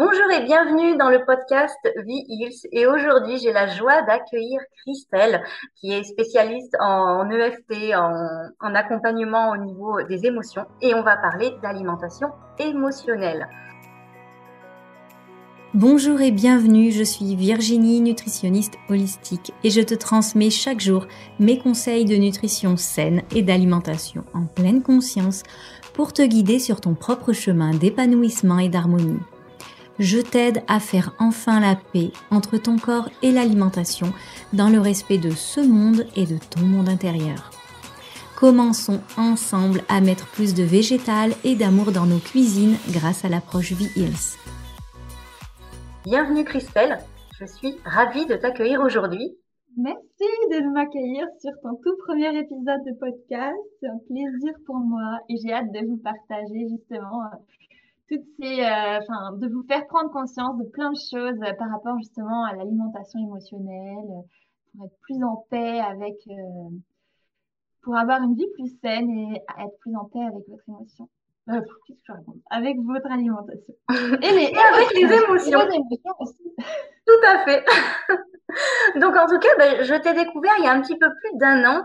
Bonjour et bienvenue dans le podcast Vie Heals. Et aujourd'hui, j'ai la joie d'accueillir Christelle, qui est spécialiste en EFT, en accompagnement au niveau des émotions. Et on va parler d'alimentation émotionnelle. Bonjour et bienvenue, je suis Virginie, nutritionniste holistique et je te transmets chaque jour mes conseils de nutrition saine et d'alimentation en pleine conscience pour te guider sur ton propre chemin d'épanouissement et d'harmonie. Je t'aide à faire enfin la paix entre ton corps et l'alimentation dans le respect de ce monde et de ton monde intérieur. Commençons ensemble à mettre plus de végétal et d'amour dans nos cuisines grâce à l'approche Vie Heals. Bienvenue Christelle, je suis ravie de t'accueillir aujourd'hui. Merci de m'accueillir sur ton tout premier épisode de podcast. C'est un plaisir pour moi et j'ai hâte de vous partager justement de vous faire prendre conscience de plein de choses par rapport justement à l'alimentation émotionnelle, pour être plus en paix pour avoir une vie plus saine et être plus en paix avec votre émotion. Qu'est-ce que je raconte? Avec votre alimentation. Et avec les émotions. Et les émotions aussi. Tout à fait. Donc en tout cas, je t'ai découvert il y a un petit peu plus d'un an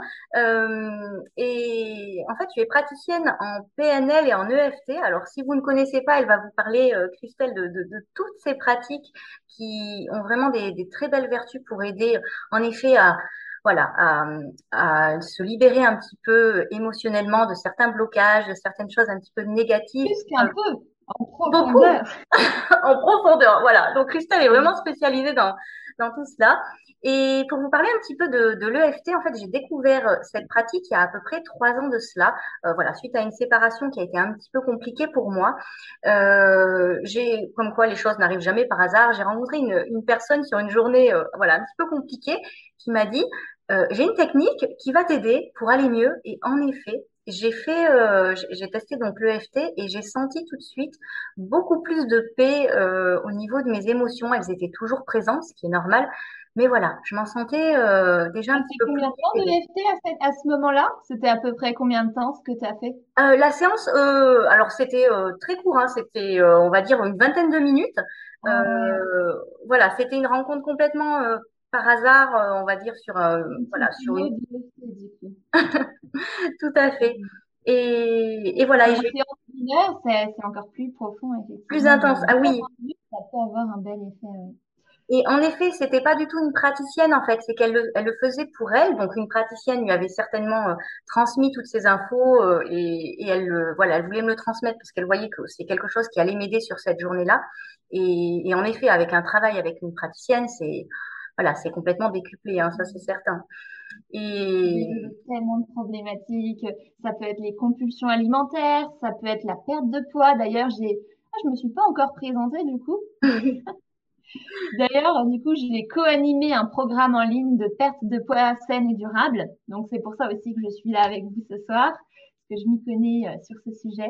et en fait tu es praticienne en PNL et en EFT. Alors si vous ne connaissez pas, elle va vous parler, Christelle, de toutes ces pratiques qui ont vraiment des très belles vertus pour aider en effet voilà, à se libérer un petit peu émotionnellement de certains blocages, de certaines choses un petit peu négatives. Plus qu'un peu, en Beaucoup profondeur. en profondeur. Voilà. Donc Christelle est vraiment spécialisée dans tout cela. Et pour vous parler un petit peu de l'EFT, en fait, j'ai découvert cette pratique il y a à peu près 3 ans de cela. Voilà, suite à une séparation qui a été un petit peu compliquée pour moi. Comme quoi les choses n'arrivent jamais par hasard, j'ai rencontré une personne sur une journée, voilà, un petit peu compliquée, qui m'a dit, j'ai une technique qui va t'aider pour aller mieux. Et en effet, j'ai testé donc l'EFT et j'ai senti tout de suite beaucoup plus de paix au niveau de mes émotions. Elles étaient toujours présentes, ce qui est normal. Mais voilà, je m'en sentais déjà Ça un petit fait peu plus combien de temps de apaisée. l'EFT à ce moment-là? C'était à peu près combien de temps ce que tu as fait? La séance, alors c'était très court, hein, c'était on va dire une vingtaine de minutes. Ah ouais, Voilà, c'était une rencontre complètement par hasard, on va dire une voilà, petite sur une. démo de l'EFT du coup. Tout à fait. Et voilà, et En j'ai séance d'une heure, c'est encore plus profond, plus effectivement. intense. Ah oui. 20 minutes, ça peut avoir un bel effet, oui. Et en effet, c'était pas du tout une praticienne en fait, c'est elle le faisait pour elle. Donc une praticienne lui avait certainement transmis toutes ces infos et elle voilà, elle voulait me le transmettre parce qu'elle voyait que c'est quelque chose qui allait m'aider sur cette journée-là. Et en effet, avec un travail avec une praticienne, c'est voilà, c'est complètement décuplé, hein, ça c'est certain. Et Résoudre tellement de problématiques. Ça peut être les compulsions alimentaires, ça peut être la perte de poids. D'ailleurs, je me suis pas encore présentée du coup. D'ailleurs, du coup, j'ai co-animé un programme en ligne de perte de poids saine et durable. Donc, c'est pour ça aussi que je suis là avec vous ce soir, parce que je m'y connais sur ce sujet.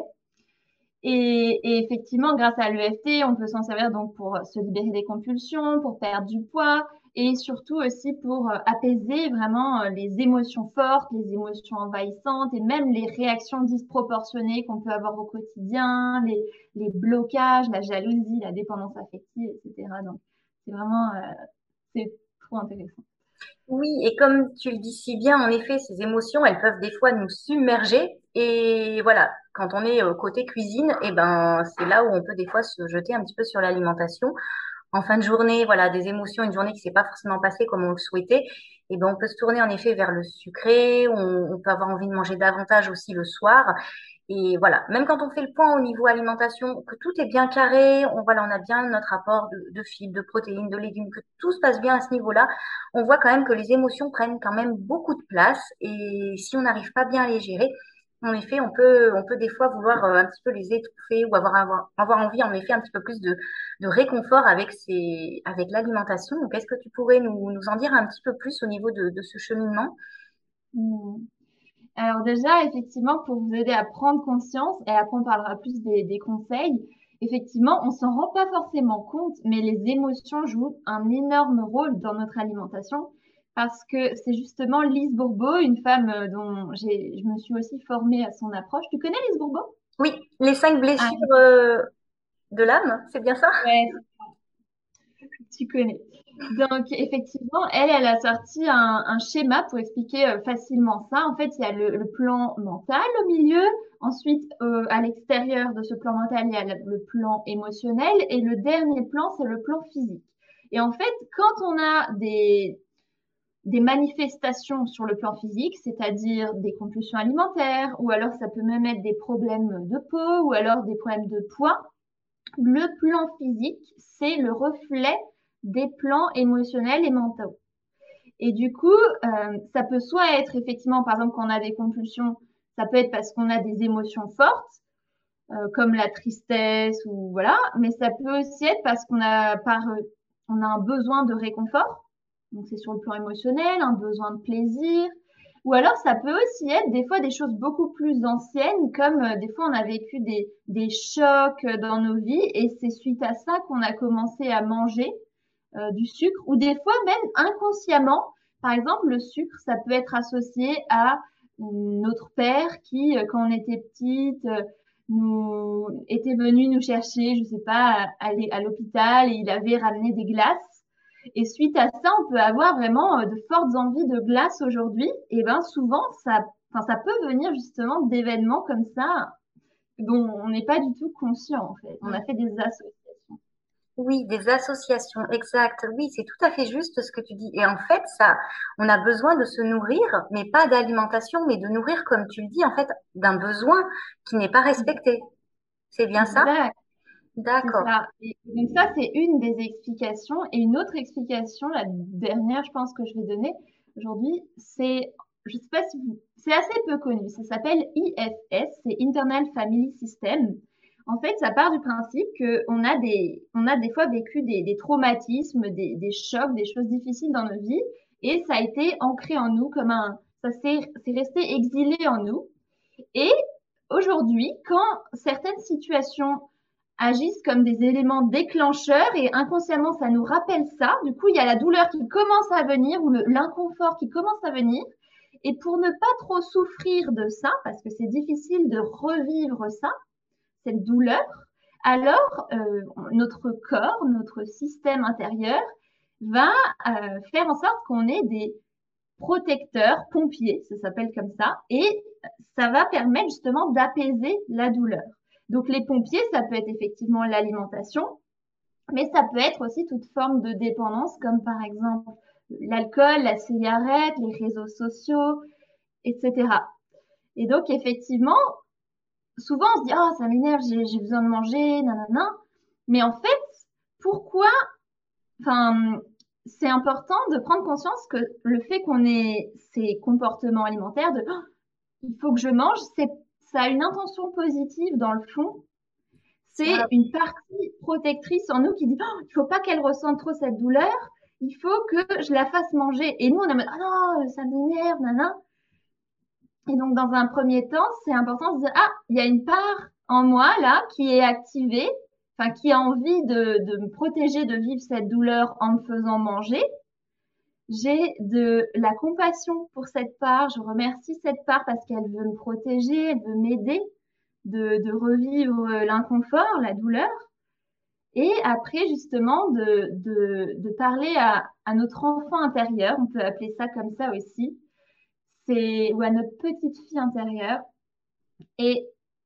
Et effectivement, grâce à l'EFT, on peut s'en servir donc pour se libérer des compulsions, pour perdre du poids et surtout aussi pour apaiser vraiment les émotions fortes, les émotions envahissantes et même les réactions disproportionnées qu'on peut avoir au quotidien, les blocages, la jalousie, la dépendance affective, etc. Donc, c'est vraiment, c'est trop intéressant. oui, et comme tu le dis si bien, en effet, ces émotions, elles peuvent des fois nous submerger. Et voilà, quand on est côté cuisine, et ben, c'est là où on peut des fois se jeter un petit peu sur l'alimentation. En fin de journée, voilà, des émotions, une journée qui s'est pas forcément passée comme on le souhaitait, et ben, on peut se tourner en effet vers le sucré. On peut avoir envie de manger davantage aussi le soir. Et voilà, même quand on fait le point au niveau alimentation, que tout est bien carré, voilà, on a bien notre apport de fibres, de protéines, de légumes, que tout se passe bien à ce niveau-là, on voit quand même que les émotions prennent quand même beaucoup de place. Et si on n'arrive pas bien à les gérer, en effet, on peut des fois vouloir un petit peu les étouffer ou avoir envie, en effet, un petit peu plus de réconfort avec avec l'alimentation. Donc, est-ce que tu pourrais nous en dire un petit peu plus au niveau de ce cheminement? Mmh. Alors déjà, effectivement, pour vous aider à prendre conscience, et après on parlera plus des conseils, effectivement, on s'en rend pas forcément compte, mais les émotions jouent un énorme rôle dans notre alimentation parce que c'est justement Lise Bourbeau, une femme dont je me suis aussi formée à son approche. Tu connais Lise Bourbeau? Oui, les 5 Ah, blessures. de l'âme, c'est bien ça? Ouais, tu connais. Donc, effectivement, elle a sorti un schéma pour expliquer facilement ça. En fait, il y a le plan mental au milieu. Ensuite, à l'extérieur de ce plan mental, il y a le plan émotionnel. Et le dernier plan, c'est le plan physique. Et en fait, quand on a des manifestations sur le plan physique, c'est-à-dire des compulsions alimentaires, ou alors ça peut même être des problèmes de peau, ou alors des problèmes de poids, le plan physique, c'est le reflet des plans émotionnels et mentaux. Et du coup, ça peut soit être effectivement, par exemple, quand on a des compulsions, ça peut être parce qu'on a des émotions fortes, comme la tristesse ou voilà, mais ça peut aussi être parce on a un besoin de réconfort. Donc c'est sur le plan émotionnel, un besoin de plaisir. Ou alors ça peut aussi être des fois des choses beaucoup plus anciennes, comme des fois on a vécu des chocs dans nos vies et c'est suite à ça qu'on a commencé à manger du sucre ou des fois même inconsciemment. Par exemple, le sucre, ça peut être associé à notre père qui, quand on était petite, nous était venu nous chercher, je sais pas, à l'hôpital et il avait ramené des glaces. Et suite à ça, on peut avoir vraiment de fortes envies de glace aujourd'hui. Et ben souvent, enfin, ça peut venir justement d'événements comme ça dont on n'est pas du tout conscient en fait. On a fait des associations. Oui, des associations, exact. Oui, c'est tout à fait juste ce que tu dis. Et en fait, ça, on a besoin de se nourrir, mais pas d'alimentation, mais de nourrir, comme tu le dis, en fait, d'un besoin qui n'est pas respecté. C'est bien ça? Exact. C'est D'accord. ça. Et donc ça, c'est une des explications. Et une autre explication, la dernière, je pense que je vais donner aujourd'hui, je sais pas si c'est assez peu connu. Ça s'appelle IFS, c'est Internal Family System. En fait, ça part du principe on a des fois vécu des traumatismes, des chocs, des choses difficiles dans nos vies, et ça a été ancré en nous c'est resté exilé en nous. Et aujourd'hui, quand certaines situations agissent comme des éléments déclencheurs et inconsciemment ça nous rappelle ça. Du coup, il y a la douleur qui commence à venir ou l'inconfort qui commence à venir. Et pour ne pas trop souffrir de ça, parce que c'est difficile de revivre ça, cette douleur, alors notre corps, notre système intérieur va faire en sorte qu'on ait des protecteurs, pompiers, ça s'appelle comme ça, et ça va permettre justement d'apaiser la douleur. Donc les pompiers, ça peut être effectivement l'alimentation, mais ça peut être aussi toute forme de dépendance, comme par exemple l'alcool, la cigarette, les réseaux sociaux, etc. Et donc effectivement, souvent on se dit, oh ça m'énerve, j'ai besoin de manger, nanana. Mais en fait, pourquoi, enfin, c'est important de prendre conscience que le fait qu'on ait ces comportements alimentaires de oh, il faut que je mange, ça a une intention positive dans le fond. C'est Ah, une partie protectrice en nous qui dit oh, il faut pas qu'elle ressente trop cette douleur, il faut que je la fasse manger. Et nous on a mode ah non, ça m'énerve, nana. Et donc dans un premier temps, c'est important de se dire ah, il y a une part en moi là qui est activée, enfin qui a envie de me protéger de vivre cette douleur en me faisant manger. J'ai de la compassion pour cette part. Je remercie cette part parce qu'elle veut me protéger, elle veut m'aider de revivre l'inconfort, la douleur. Et après, justement, de parler à notre enfant intérieur, on peut appeler ça comme ça aussi, ou à notre petite fille intérieure. Et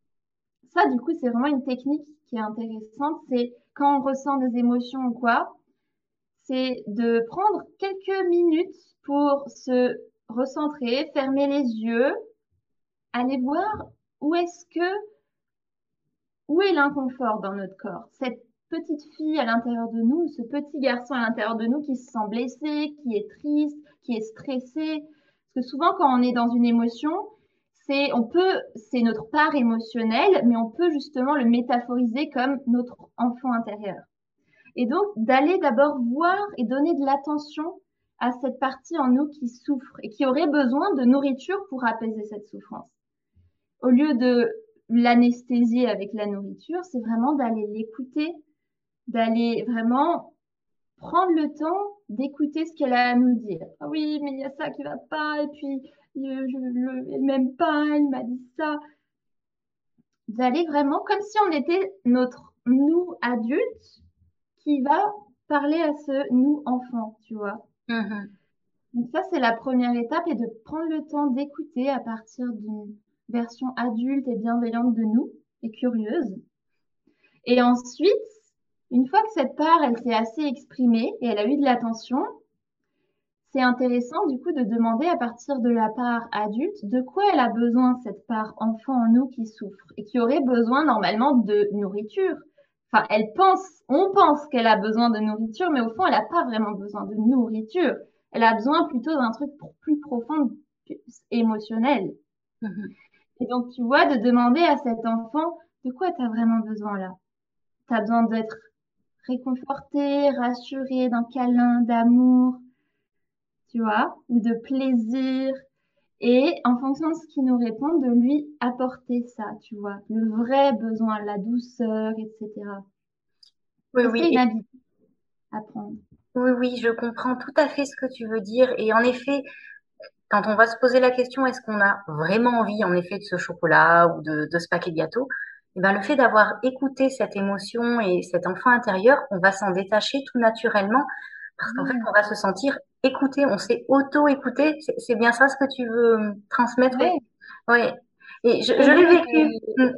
ça, du coup, c'est vraiment une technique qui est intéressante. C'est quand on ressent des émotions ou quoi, c'est de prendre quelques minutes pour se recentrer, fermer les yeux, aller voir où est-ce que, où est l'inconfort dans notre corps. Cette petite fille à l'intérieur de nous, ce petit garçon à l'intérieur de nous qui se sent blessé, qui est triste, qui est stressé. Parce que souvent, quand on est dans une émotion, c'est notre part émotionnelle, mais on peut justement le métaphoriser comme notre enfant intérieur. Et donc, d'aller d'abord voir et donner de l'attention à cette partie en nous qui souffre et qui aurait besoin de nourriture pour apaiser cette souffrance. Au lieu de l'anesthésier avec la nourriture, c'est vraiment d'aller l'écouter, d'aller vraiment prendre le temps d'écouter ce qu'elle a à nous dire. Ah oui, mais il y a ça qui va pas, et puis elle m'aime pas, il m'a dit ça. D'aller vraiment comme si on était notre nous adultes qui va parler à ce nous enfant, tu vois. Mhm. Donc ça, c'est la première étape et de prendre le temps d'écouter à partir d'une version adulte et bienveillante de nous et curieuse. Et ensuite, une fois que cette part, elle s'est assez exprimée et elle a eu de l'attention, c'est intéressant du coup de demander à partir de la part adulte de quoi elle a besoin cette part enfant en nous qui souffre et qui aurait besoin normalement de nourriture. Enfin, on pense qu'elle a besoin de nourriture, mais au fond, elle n'a pas vraiment besoin de nourriture. Elle a besoin plutôt d'un truc plus profond, plus émotionnel. Mhm. Et donc, tu vois, de demander à cet enfant de quoi tu as vraiment besoin là. Tu as besoin d'être réconforté, rassuré, d'un câlin, d'amour, tu vois, ou de plaisir. Et en fonction de ce qu'il nous répond, de lui apporter ça, tu vois, le vrai besoin, la douceur, etc. Oui, Et oui. c'est une habitude à prendre. Oui, oui, je comprends tout à fait ce que tu veux dire. Et en effet, quand on va se poser la question, est-ce qu'on a vraiment envie, en effet, de ce chocolat ou de ce paquet de gâteaux? Eh ben, le fait d'avoir écouté cette émotion et cet enfant intérieur, on va s'en détacher tout naturellement parce qu'en fait, Oui, on va se sentir écouté. On s'est auto-écouté. C'est bien ça ce que tu veux transmettre aussi. ouais. Oui. Et Au je l'ai lieu vécu. Mm.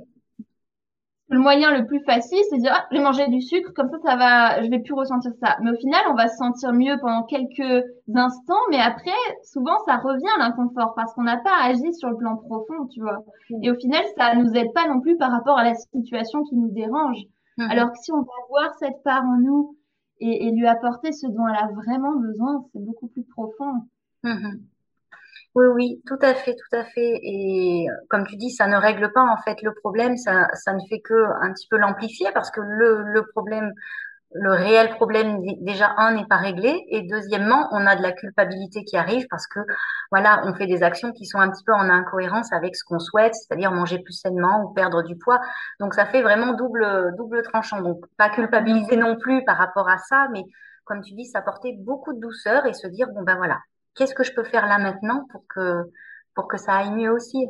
le moyen le plus facile, c'est de dire, ah, je vais manger du sucre, comme ça va, je vais plus ressentir ça. Mais au final, on va se sentir mieux pendant quelques instants, mais après, souvent, ça revient l'inconfort parce qu'on n'a pas agi sur le plan profond, tu vois. Et au final, ça nous aide pas non plus par rapport à la situation qui nous dérange. Mhm. Alors que si on va voir cette part en nous et lui apporter ce dont elle a vraiment besoin, c'est beaucoup plus profond. Mhm. Oui, oui, tout à fait, tout à fait. Et comme tu dis, ça ne règle pas en fait le problème, ça ne fait que un petit peu l'amplifier parce que le problème, le réel problème, déjà, un, n'est pas réglé. Et deuxièmement, on a de la culpabilité qui arrive parce que, voilà, on fait des actions qui sont un petit peu en incohérence avec ce qu'on souhaite, c'est-à-dire manger plus sainement ou perdre du poids. Donc, ça fait vraiment double tranchant. Donc, pas culpabiliser non plus par rapport à ça, mais comme tu dis, s'apporter beaucoup de douceur et se dire, bon, ben voilà, qu'est-ce que je peux faire là maintenant pour que ça aille mieux aussi?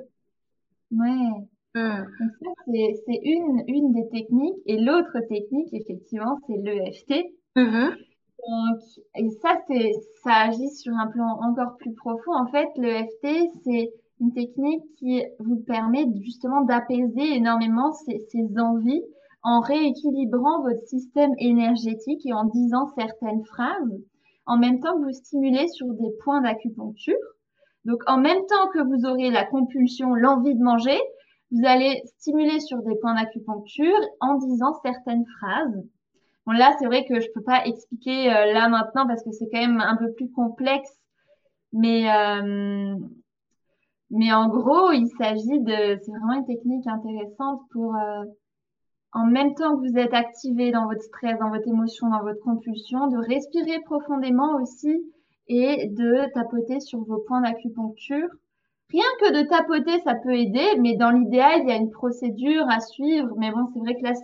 Ouais. Hmm. Donc ça, c'est une des techniques. Et l'autre technique, effectivement, c'est l'EFT. Mhm. Donc, et ça, ça agit sur un plan encore plus profond. En fait, le FT, c'est une technique qui vous permet justement d'apaiser énormément ces envies en rééquilibrant votre système énergétique et en disant certaines phrases, en même temps que vous stimulez sur des points d'acupuncture. Donc, en même temps que vous aurez la compulsion, l'envie de manger, vous allez stimuler sur des points d'acupuncture en disant certaines phrases. Bon, là, c'est vrai que je peux pas expliquer là maintenant parce que c'est quand même un peu plus complexe. Mais, euh, mais en gros, c'est vraiment une technique intéressante pour, en même temps que vous êtes activé dans votre stress, dans votre émotion, dans votre compulsion, de respirer profondément aussi et de tapoter sur vos points d'acupuncture. Rien que de tapoter, ça peut aider, mais dans l'idéal, il y a une procédure à suivre. Mais bon, c'est vrai que là,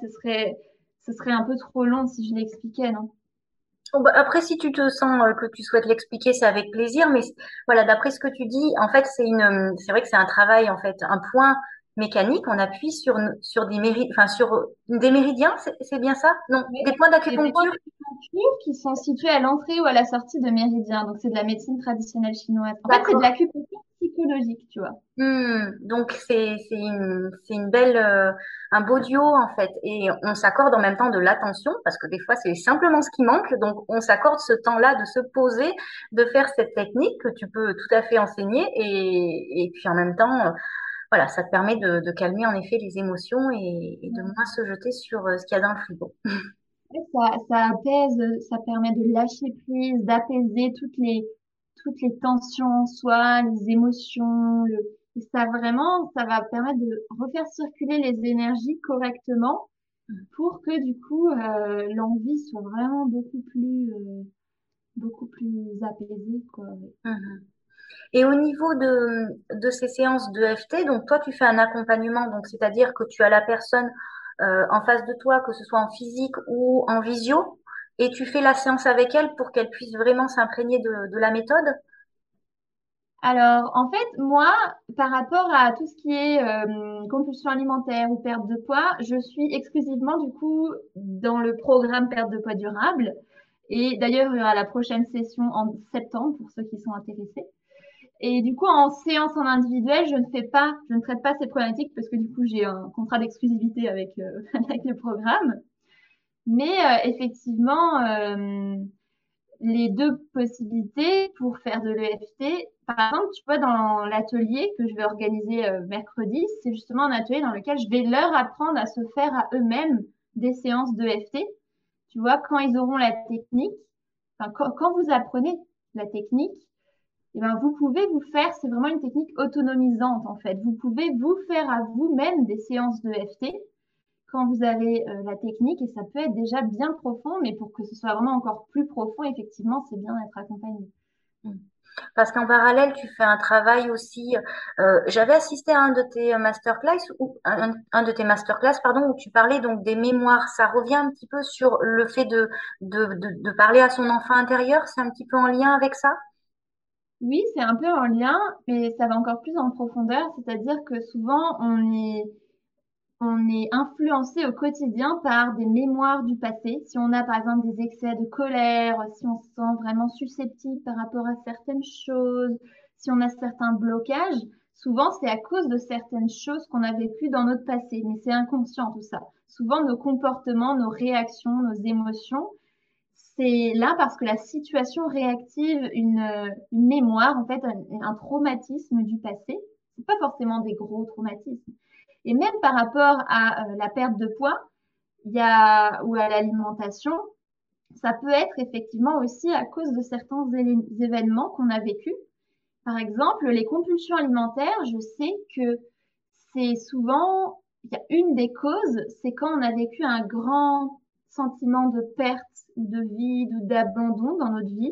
ce serait un peu trop long si je l'expliquais, non? Bon, bah, après, si tu te sens que tu souhaites l'expliquer, c'est avec plaisir. Mais voilà, d'après ce que tu dis, en fait, c'est vrai que c'est un travail, en fait, un point mécanique. On appuie sur enfin, sur des méridiens, c'est bien ça? Non, Oui, des points des points d'acupuncture. d'acupuncture qui sont situés à l'entrée ou à la sortie de méridien. Donc, c'est de la médecine traditionnelle chinoise. En fait, c'est de D'accord. l'acupuncture psychologique, tu vois. Donc c'est une belle un beau duo en fait et on s'accorde en même temps de l'attention parce que des fois c'est simplement ce qui manque donc on s'accorde ce temps-là de se poser de faire cette technique que tu peux tout à fait enseigner et puis en même temps voilà ça te permet de calmer en effet les émotions et de moins se jeter sur ce qu'il y a dans le frigo. Ouais, ça apaise, ça permet de lâcher prise, d'apaiser toutes les tensions en soi, les émotions. Et ça vraiment, ça va permettre de refaire circuler les énergies correctement pour que du coup, l'envie soit vraiment beaucoup plus apaisée, quoi. Ouais. Mhm. Et au niveau de ces séances de FT, donc toi, tu fais un accompagnement, donc c'est-à-dire que tu as la personne en face de toi, que ce soit en physique ou en visio, et tu fais la séance avec elle pour qu'elle puisse vraiment s'imprégner de la méthode. Alors, en fait, moi, par rapport à tout ce qui est compulsion alimentaire ou perte de poids, je suis exclusivement du coup dans le programme perte de poids durable. Et d'ailleurs, il y aura la prochaine session en septembre pour ceux qui sont intéressés. Et du coup, en séance en individuel, je ne traite pas ces problématiques parce que du coup, j'ai un contrat d'exclusivité avec, avec le programme. Mais effectivement, les deux possibilités pour faire de l'EFT. Par exemple, tu vois, dans l'atelier que je vais organiser mercredi, c'est justement un atelier dans lequel je vais leur apprendre à se faire à eux-mêmes des séances d'EFT. Tu vois, quand ils auront la technique, enfin, quand vous apprenez la technique, eh ben, vous pouvez vous faire, c'est vraiment une technique autonomisante en fait. Vous pouvez vous faire à vous-même des séances d'EFT quand vous avez la technique et ça peut être déjà bien profond, mais pour que ce soit vraiment encore plus profond, effectivement, c'est bien d'être accompagné. Mm. Parce qu'en parallèle, tu fais un travail aussi. J'avais assisté à un de tes masterclass un de tes masterclass, pardon, où tu parlais donc des mémoires. Ça revient un petit peu sur le fait de parler à son enfant intérieur. C'est un petit peu en lien avec ça? Oui, c'est un peu en lien, mais ça va encore plus en profondeur, c'est-à-dire que souvent on est influencé au quotidien par des mémoires du passé. Si on a par exemple des excès de colère, si on se sent vraiment susceptible par rapport à certaines choses, si on a certains blocages, souvent c'est à cause de certaines choses qu'on a vécues dans notre passé, mais c'est inconscient tout ça. Souvent nos comportements, nos réactions, nos émotions, c'est là parce que la situation réactive une mémoire, en fait, un traumatisme du passé. C'est pas forcément des gros traumatismes. Et même par rapport à la perte de poids, ou à l'alimentation, ça peut être effectivement aussi à cause de certains événements qu'on a vécus. Par exemple, les compulsions alimentaires, je sais que c'est souvent, il y a une des causes, c'est quand on a vécu un grand sentiment de perte ou de vide ou d'abandon dans notre vie.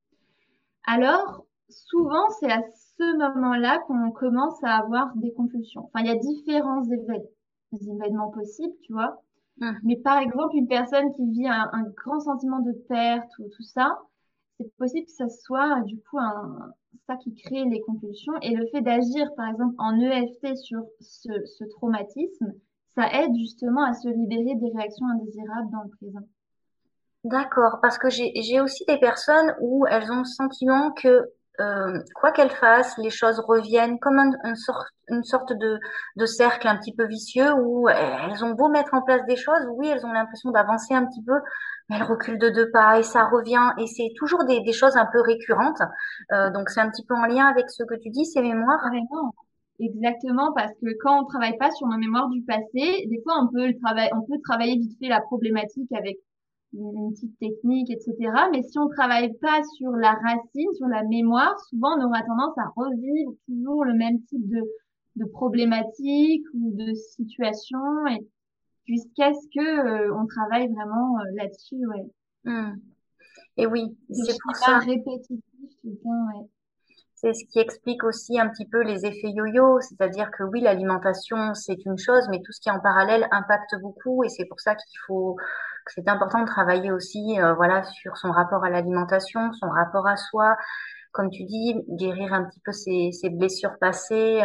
Alors, souvent, c'est à ce moment-là qu'on commence à avoir des compulsions. Enfin, il y a différents événements possibles, tu vois. Mm. Mais par exemple, une personne qui vit un grand sentiment de perte ou tout ça, c'est possible que ça soit du coup ça qui crée les compulsions. Et le fait d'agir, par exemple, en EFT sur ce traumatisme, ça aide justement à se libérer des réactions indésirables dans le présent. D'accord, parce que j'ai aussi des personnes où elles ont le sentiment que quoi qu'elles fassent, les choses reviennent comme une sorte de cercle un petit peu vicieux où elles ont beau mettre en place des choses, oui, elles ont l'impression d'avancer un petit peu, mais elles reculent de deux pas et ça revient et c'est toujours des choses un peu récurrentes. Donc c'est un petit peu en lien avec ce que tu dis, ces mémoires. Carrément. Exactement, parce que quand on travaille pas sur nos mémoires du passé, des fois on peut travailler vite fait la problématique avec une petite technique, etc. Mais si on travaille pas sur la racine, sur la mémoire, souvent on aura tendance à revivre toujours le même type de problématique ou de situation et jusqu'à ce que on travaille vraiment là-dessus, ouais. Hmm. Et oui, Des c'est pour schémas ça. répétitifs tout le temps, ouais. C'est ce qui explique aussi un petit peu les effets yo-yo, c'est-à-dire que oui, l'alimentation, c'est une chose, mais tout ce qui est en parallèle impacte beaucoup et c'est pour ça que c'est important de travailler aussi, voilà, sur son rapport à l'alimentation, son rapport à soi, comme tu dis, guérir un petit peu ses blessures passées,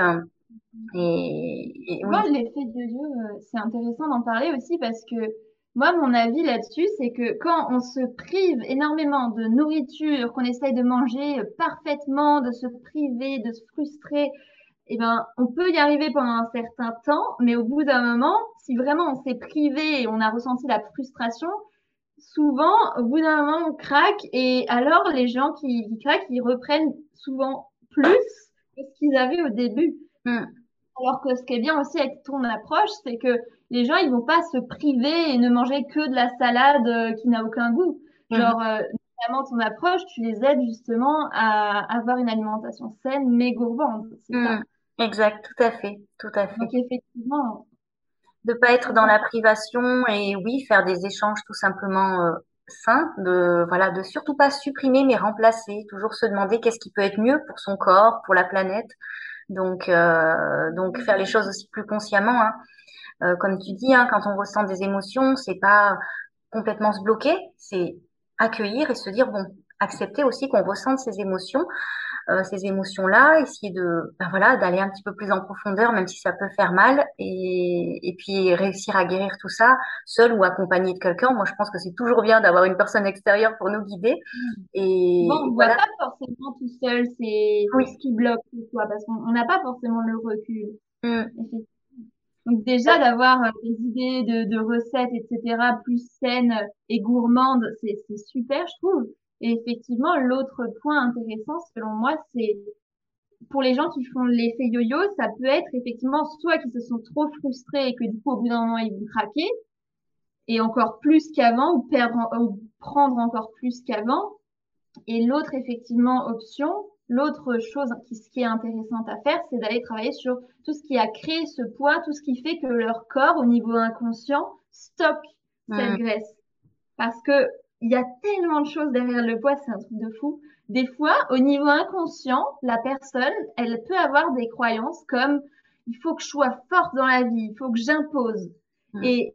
et Tu vois, oui. l'effet de yo-yo, c'est intéressant d'en parler aussi parce que moi, mon avis là-dessus, c'est que quand on se prive énormément de nourriture, qu'on essaye de manger parfaitement, de se priver, de se frustrer, eh ben, on peut y arriver pendant un certain temps, mais au bout d'un moment, si vraiment on s'est privé et on a ressenti la frustration, souvent, au bout d'un moment, on craque et alors les gens qui craquent, ils reprennent souvent plus que ce qu'ils avaient au début. Hmm, Alors que ce qui est bien aussi avec ton approche, c'est que les gens, ils vont pas se priver et ne manger que de la salade qui n'a aucun goût. mhm, Genre, notamment ton approche, tu les aides justement à avoir une alimentation saine mais gourmande, c'est hmm. ça. Exact, tout à fait, tout à Donc fait. effectivement, De pas être ça, dans ça- la privation et oui, faire des échanges tout simplement sains, de voilà, de surtout pas supprimer mais remplacer, toujours se demander qu'est-ce qui peut être mieux pour son corps, pour la planète. Donc faire les choses aussi plus consciemment, hein. Comme tu dis, hein, quand on ressent des émotions, c'est pas complètement se bloquer, c'est accueillir et se dire bon, accepter aussi qu'on ressente ces émotions ces émotions-là, essayer de, ben voilà, d'aller un petit peu plus en profondeur, même si ça peut faire mal, et puis réussir à guérir tout ça, seul ou accompagné de quelqu'un. Moi, je pense que c'est toujours bien d'avoir une personne extérieure pour nous guider. Souvent, on Et ne voit voilà, pas forcément tout seul c'est oui. ce qui bloque pour soi, parce qu'on n'a pas forcément le recul. Mm. Donc déjà d'avoir des idées de recettes, etc., plus saines et gourmandes, c'est super, je trouve. Et effectivement, l'autre point intéressant, selon moi, c'est pour les gens qui font l'effet yo-yo, ça peut être effectivement soit qu'ils se sont trop frustrés et que du coup, au bout d'un moment, ils vont craquer, et encore plus qu'avant, ou ou prendre encore plus qu'avant. Et l'autre, effectivement, option, l'autre chose ce qui est intéressante à faire, c'est d'aller travailler sur tout ce qui a créé ce poids, tout ce qui fait que leur corps, au niveau inconscient, stocke cette Mm. graisse. Parce que il y a tellement de choses derrière le poids, c'est un truc de fou. Des fois, au niveau inconscient, la personne, elle peut avoir des croyances comme il faut que je sois forte dans la vie, il faut que j'impose. Mm. Et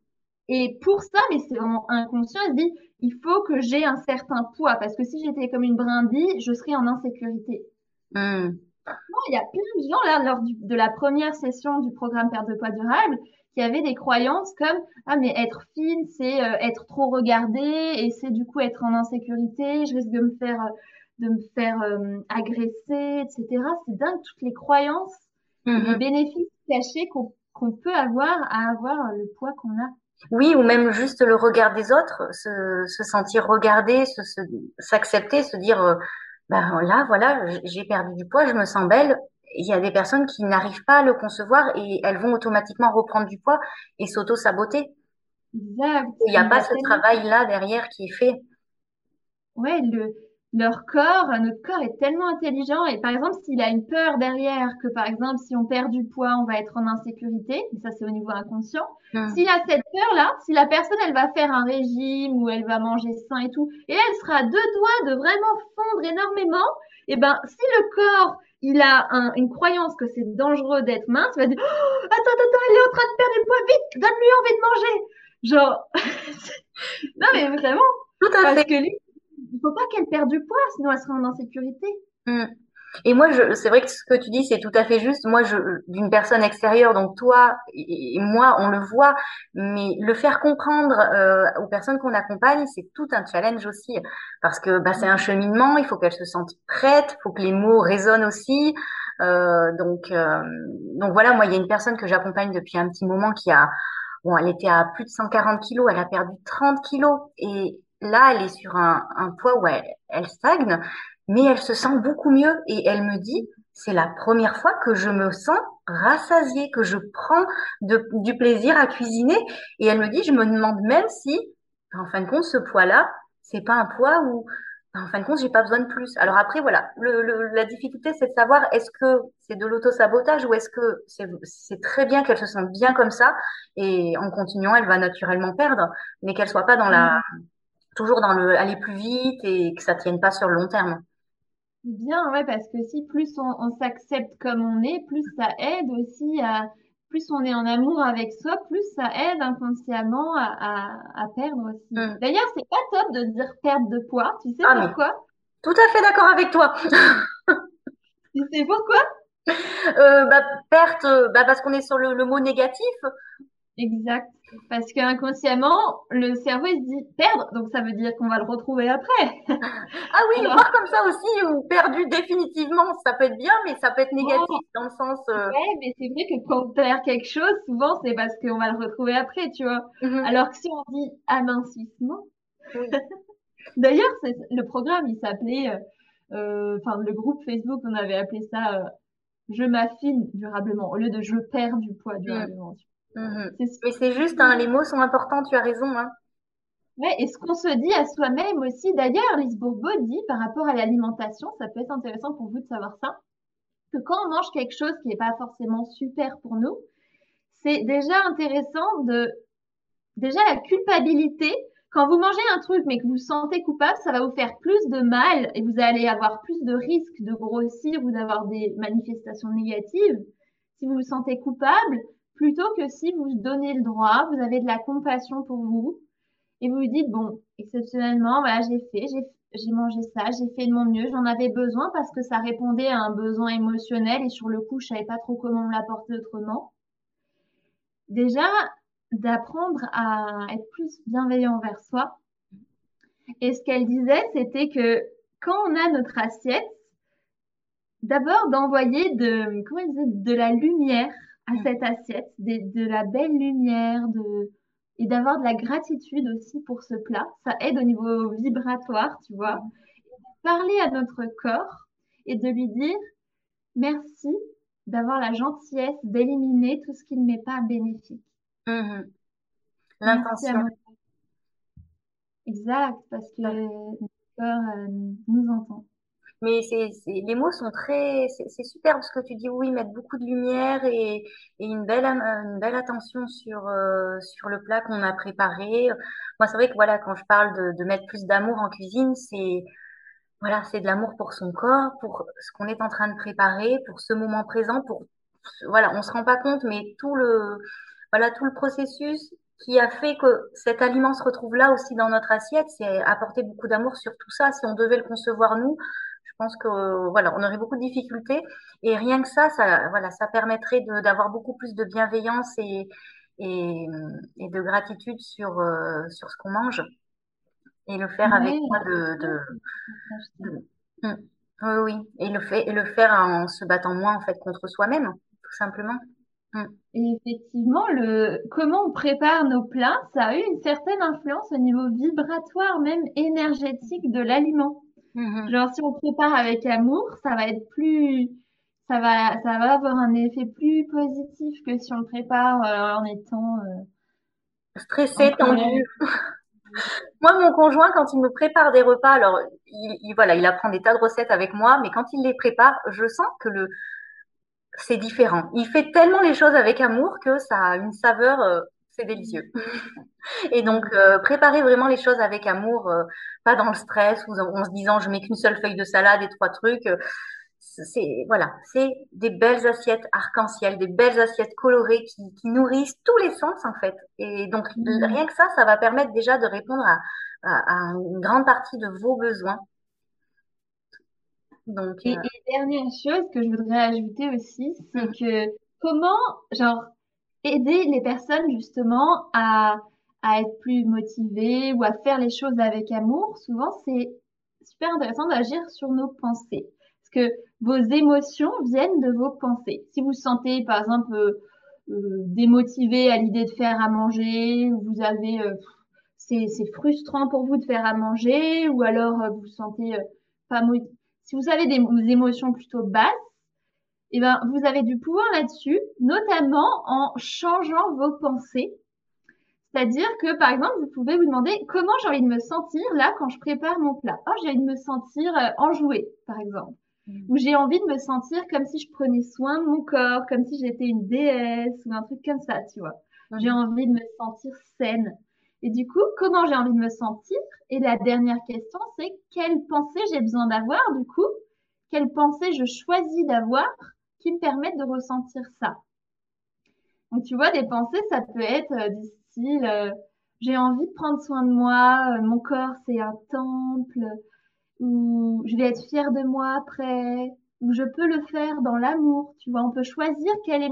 et pour ça, mais c'est vraiment inconscient, elle se dit, il faut que j'ai un certain poids, parce que si j'étais comme une brindille, je serais en insécurité. Mm. Bon, il y a plein de gens, là, lors de la première session du programme Perte de poids durable, qui avaient des croyances comme, ah, mais être fine, c'est être trop regardée, et c'est du coup être en insécurité, je risque de me faire agresser, etc. C'est dingue, toutes les croyances et les Mhm. bénéfices cachés qu'on peut avoir à avoir le poids qu'on a. Oui, ou même juste le regard des autres, se sentir regardé, s'accepter, se dire, ben là, voilà, j'ai perdu du poids, je me sens belle. Il y a des personnes qui n'arrivent pas à le concevoir et elles vont automatiquement reprendre du poids et s'auto-saboter. Exact. Il n'y Et a il y pas a ce tellement, travail-là derrière qui est fait. ouais, leur corps, notre corps est tellement intelligent. Et par exemple, s'il a une peur derrière, que par exemple, si on perd du poids, on va être en insécurité, et ça c'est au niveau inconscient. Hmm. S'il a cette peur-là, si la personne, elle va faire un régime ou elle va manger sain et tout, et elle sera à deux doigts de vraiment fondre énormément, et ben, si le corps, il a une croyance que c'est dangereux d'être mince, il va dire, oh, attends, attends, elle est en train de perdre du poids, vite, donne-lui envie de manger. Genre, non mais vraiment, Tout à parce fait. que lui, il faut pas qu'elle perde du poids, sinon elle sera en insécurité. Hmm. Et moi, c'est vrai que ce que tu dis, c'est tout à fait juste. Moi, d'une personne extérieure, donc toi et moi, on le voit, mais le faire comprendre aux personnes qu'on accompagne, c'est tout un challenge aussi, parce que bah, c'est un cheminement. Il faut qu'elles se sentent prêtes, il faut que les mots résonnent aussi. Donc voilà, moi, il y a une personne que j'accompagne depuis un petit moment qui a, bon, elle était à plus de 140 kilos, elle a perdu 30 kilos, et là, elle est sur un poids où elle stagne mais elle se sent beaucoup mieux et elle me dit, c'est la première fois que je me sens rassasiée, que je prends du plaisir à cuisiner. Et elle me dit, je me demande même si, en fin de compte, ce poids-là, c'est pas un poids où, en fin de compte, j'ai pas besoin de plus. Alors après, voilà, la difficulté, c'est de savoir est-ce que c'est de l'auto-sabotage ou est-ce que c'est très bien qu'elle se sente bien comme ça et en continuant, elle va naturellement perdre, mais qu'elle soit pas dans Mm. toujours dans le aller plus vite et que ça tienne pas sur le long terme. C'est bien, ouais, parce que si plus on s'accepte comme on est, plus ça aide aussi à, plus on est en amour avec soi, plus ça aide inconsciemment à perdre aussi. Hmm. D'ailleurs, c'est pas top de dire perdre de poids. Tu sais Ah, mais pourquoi? tout à fait d'accord avec toi. Tu sais pourquoi? Bah, perte, bah, parce qu'on est sur le mot négatif. Exact. Parce qu'inconsciemment, le cerveau, il se dit perdre, donc ça veut dire qu'on va le retrouver après. Ah oui, Alors, voir comme ça aussi, ou perdu définitivement, ça peut être bien, mais ça peut être négatif dans le sens. ouais, mais c'est vrai que quand on perd quelque chose, souvent c'est parce qu'on va le retrouver après, tu vois. Mhm. Alors que si on dit amincissement, Oui. d'ailleurs, le programme, il s'appelait, enfin, le groupe Facebook, on avait appelé ça Je m'affine durablement, au lieu de Je perds du poids Mhm. durablement. Mhm. C'est Mais c'est juste, hein, super. les mots sont importants, tu as raison, hein. Ouais, et ce qu'on se dit à soi-même aussi, d'ailleurs, Lise Bourbeau dit par rapport à l'alimentation, ça peut être intéressant pour vous de savoir ça, que quand on mange quelque chose qui n'est pas forcément super pour nous, c'est déjà intéressant déjà la culpabilité. Quand vous mangez un truc mais que vous vous sentez coupable, ça va vous faire plus de mal et vous allez avoir plus de risques de grossir ou d'avoir des manifestations négatives si vous vous sentez coupable, plutôt que si vous vous donnez le droit, vous avez de la compassion pour vous et vous vous dites, bon, exceptionnellement, voilà, j'ai mangé ça, j'ai fait de mon mieux, j'en avais besoin parce que ça répondait à un besoin émotionnel et sur le coup, je savais pas trop comment me l'apporter autrement. Déjà, d'apprendre à être plus bienveillant envers soi. Et ce qu'elle disait, c'était que quand on a notre assiette, d'abord d'envoyer comment elle disait, de la lumière à cette assiette, de la belle lumière, et d'avoir de la gratitude aussi pour ce plat. Ça aide au niveau vibratoire, tu vois. Parler à notre corps et de lui dire merci d'avoir la gentillesse d'éliminer tout ce qui ne m'est pas bénéfique. Mhm. Merci à L'intention. mon corps. Exact, parce que notre corps nous entend. Mais les mots sont c'est superbe ce que tu dis, oui, mettre beaucoup de lumière et une belle attention sur le plat qu'on a préparé. Moi, c'est vrai que voilà, quand je parle de mettre plus d'amour en cuisine, voilà, c'est de l'amour pour son corps, pour ce qu'on est en train de préparer, pour ce moment présent, voilà, on se rend pas compte, mais voilà, tout le processus qui a fait que cet aliment se retrouve là aussi dans notre assiette, c'est apporter beaucoup d'amour sur tout ça. Si on devait le concevoir nous, je pense que voilà, on aurait beaucoup de difficultés. Et rien que voilà, ça permettrait d'avoir beaucoup plus de bienveillance et, et de gratitude sur ce qu'on mange et le faire avec Ouais, moi de- Mm. Oui, oui. Et le faire en se battant moins en fait contre soi-même, tout simplement. Mm. et effectivement, comment on prépare nos plats, ça a eu une certaine influence au niveau vibratoire, même énergétique de l'aliment. Mhm. Genre, si on prépare avec amour, ça va avoir un effet plus positif que si on le prépare en étant en Stressé, colère. tendu. Moi, mon conjoint, quand il me prépare des repas, alors voilà, il apprend des tas de recettes avec moi, mais quand il les prépare, je sens que c'est différent. Il fait tellement les choses avec amour que ça a une saveur, c'est délicieux. Et donc, préparer vraiment les choses avec amour, pas dans le stress ou en se disant je mets qu'une seule feuille de salade et trois trucs. Voilà, c'est des belles assiettes arc-en-ciel, des belles assiettes colorées qui nourrissent tous les sens en fait. Et donc, Mm. rien que ça va permettre déjà de répondre à une grande partie de vos besoins. Donc, Et dernière chose que je voudrais ajouter aussi, c'est mhm, que comment, genre, aider les personnes justement à être plus motivées ou à faire les choses avec amour, souvent c'est super intéressant d'agir sur nos pensées. Parce que vos émotions viennent de vos pensées. Si vous sentez par exemple démotivé à l'idée de faire à manger, ou vous avez c'est frustrant pour vous de faire à manger, ou alors vous vous sentez pas motivé. Si vous avez des émotions plutôt basses, eh ben, vous avez du pouvoir là-dessus, notamment en changeant vos pensées. C'est-à-dire que, par exemple, vous pouvez vous demander comment j'ai envie de me sentir là quand je prépare mon plat. Oh, j'ai envie de me sentir enjouée, par exemple. Ou j'ai envie de me sentir comme si je prenais soin de mon corps, comme si j'étais une déesse ou un truc comme ça, tu vois. J'ai mhm, envie de me sentir saine. Et du coup, comment j'ai envie de me sentir? Et la dernière question, c'est quelle pensée j'ai besoin d'avoir, du coup? Quelle pensée je choisis d'avoir qui me permettent de ressentir ça? Donc, tu vois, des pensées, ça peut être du style, j'ai envie de prendre soin de moi, mon corps, c'est un temple, ou je vais être fière de moi après, ou je peux le faire dans l'amour. Tu vois, on peut choisir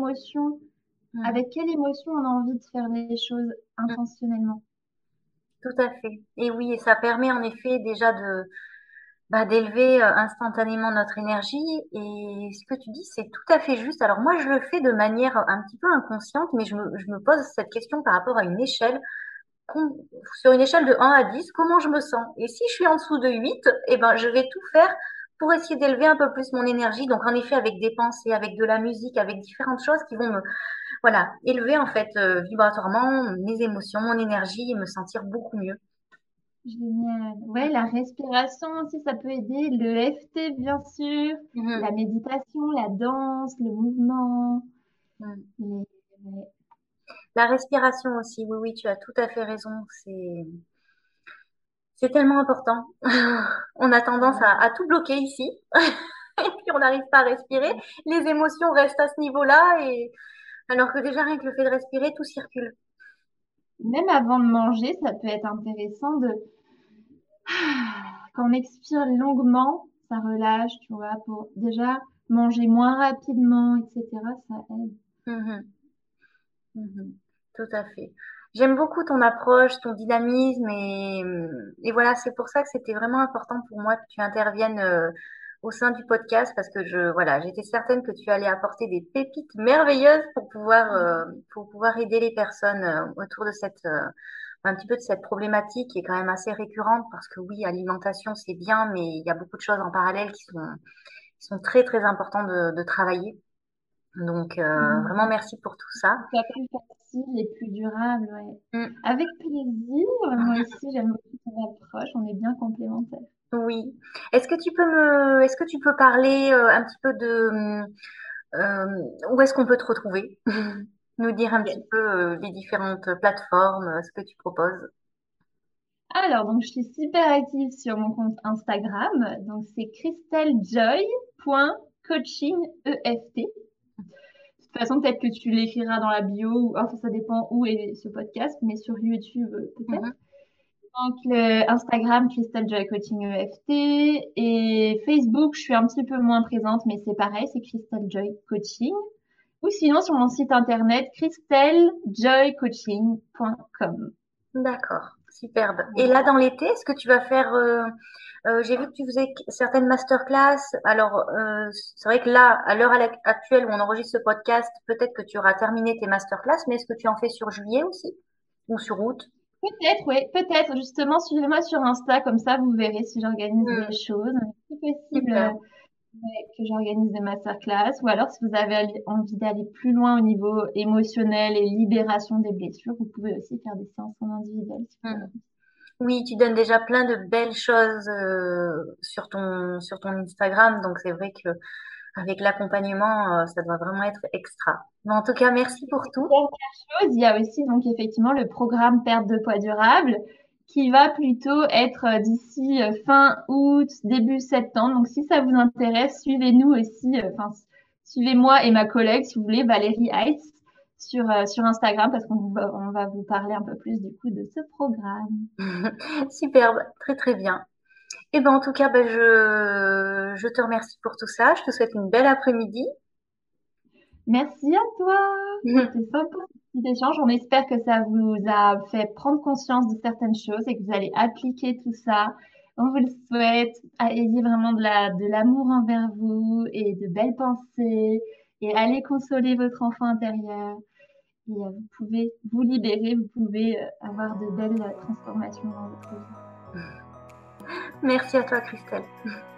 mhm, avec quelle émotion on a envie de faire les choses mhm. intentionnellement. Tout à fait. Et oui, et ça permet en effet déjà d'élever instantanément notre énergie. Et ce que tu dis, c'est tout à fait juste. Alors moi, je le fais de manière un petit peu inconsciente, mais je me pose cette question par rapport à une échelle. com- Sur une échelle de 1 à 10, comment je me sens? Et si je suis en dessous de 8, eh ben, je vais tout faire pour essayer d'élever un peu plus mon énergie. Donc, en effet, avec des pensées, avec de la musique, avec différentes choses qui vont voilà, élever en fait vibratoirement mes émotions, mon énergie et me sentir beaucoup mieux. Génial. Ouais, la respiration aussi, ça peut aider. Le FT, bien sûr. Mhm. La méditation, la danse, le mouvement. Mhm. Les- ouais. La respiration aussi, oui, oui, tu as tout à fait raison. C'est tellement important. On a tendance à tout bloquer ici, et puis on n'arrive pas à respirer. Les émotions restent à ce niveau-là, et alors que déjà rien que le fait de respirer, tout circule. Même avant de manger, ça peut être intéressant quand on expire longuement, ça relâche, tu vois, pour déjà manger moins rapidement, etc. Ça aide. Mhm. Mhm. Tout à fait. J'aime beaucoup ton approche, ton dynamisme et voilà, c'est pour ça que c'était vraiment important pour moi que tu interviennes au sein du podcast parce que voilà, j'étais certaine que tu allais apporter des pépites merveilleuses pour pouvoir aider les personnes autour de un petit peu de cette problématique qui est quand même assez récurrente parce que oui, alimentation c'est bien, mais il y a beaucoup de choses en parallèle qui sont très très importantes de travailler. Donc vraiment merci pour tout ça. Que ça soit plus facile et plus durable, ouais. Mm. Avec plaisir. Moi aussi, j'aime beaucoup ton approche. On est bien complémentaires. Oui. Est-ce que tu peux parler un petit peu où est-ce qu'on peut te retrouver? Nous dire un petit Yes. peu les différentes plateformes, ce que tu proposes. Alors, donc, je suis super active sur mon compte Instagram. Donc, c'est christellejoy.coachingeft. De toute façon, peut-être que tu l'écriras dans la bio, ou enfin, ça dépend où est ce podcast, mais sur YouTube, peut-être. Mhm. Donc, Instagram, Christelle Joy Coaching EFT. Et Facebook, je suis un petit peu moins présente, mais c'est pareil, c'est Christelle Joy Coaching. Ou sinon, sur mon site internet, christellejoycoaching.com. D'accord, superbe. Et là, dans l'été, est-ce que tu vas faire... j'ai vu que tu faisais certaines masterclass. Alors, c'est vrai que là, à l'heure actuelle où on enregistre ce podcast, peut-être que tu auras terminé tes masterclass, mais est-ce que tu en fais sur juillet aussi? Ou sur août? Peut-être, oui, peut-être. Justement, suivez-moi sur Insta, comme ça, vous verrez si j'organise des Hmm, choses. C'est possible super. ouais, que j'organise des masterclass. Ou alors, si vous avez envie d'aller plus loin au niveau émotionnel et libération des blessures, vous pouvez aussi faire des séances en individuel. Si vous Hmm. avez Oui, tu donnes déjà plein de belles choses sur ton Instagram, donc c'est vrai que avec l'accompagnement, ça doit vraiment être extra. Mais en tout cas, merci pour tout. il y a aussi donc effectivement le programme perte de poids durable qui va plutôt être d'ici fin août, début septembre. Donc si ça vous intéresse, suivez-nous aussi, enfin suivez-moi et ma collègue si vous voulez, Valérie Heitz sur Instagram parce on va vous parler un peu plus du coup de ce programme. Superbe, très très bien. Et ben en tout cas, ben, je te remercie pour tout ça. Je te souhaite une belle après-midi. Merci à toi. C'était sympa ce petit échange. On espère que ça vous a fait prendre conscience de certaines choses et que vous allez appliquer tout ça. On vous le souhaite. Ayez vraiment de l'amour envers vous et de belles pensées et allez consoler votre enfant intérieur. Et vous pouvez vous libérer, vous pouvez avoir de belles transformations dans votre vie. Merci à toi, Christelle.